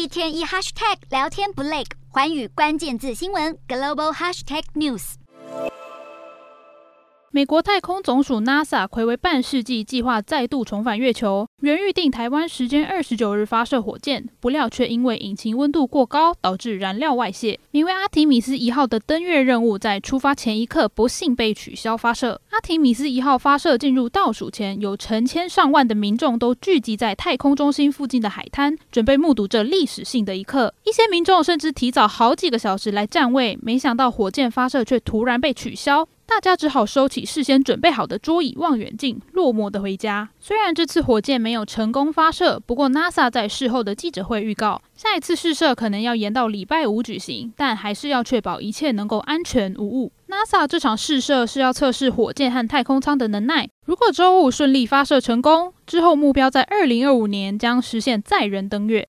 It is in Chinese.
一天一 hashtag 聊天不累，寰宇关键字新闻 global hashtag news。 美国太空总署 NASA 睽违半世纪，计划再度重返月球，原预定台湾时间29日发射火箭，不料却因为引擎温度过高，导致燃料外泄。名为阿提米斯1号的登月任务在出发前一刻不幸被取消发射。阿提米斯1号发射进入倒数前，有成千上万的民众都聚集在太空中心附近的海滩，准备目睹这历史性的一刻。一些民众甚至提早好几个小时来占位，没想到火箭发射却突然被取消。大家只好收起事先准备好的桌椅、望远镜，落寞地回家。虽然这次火箭没有成功发射，不过 NASA 在事后的记者会预告，下一次试射可能要延到礼拜5举行，但还是要确保一切能够安全无误。NASA 这场试射是要测试火箭和太空舱的能耐，如果周5顺利发射成功，之后目标在2025年将实现载人登月。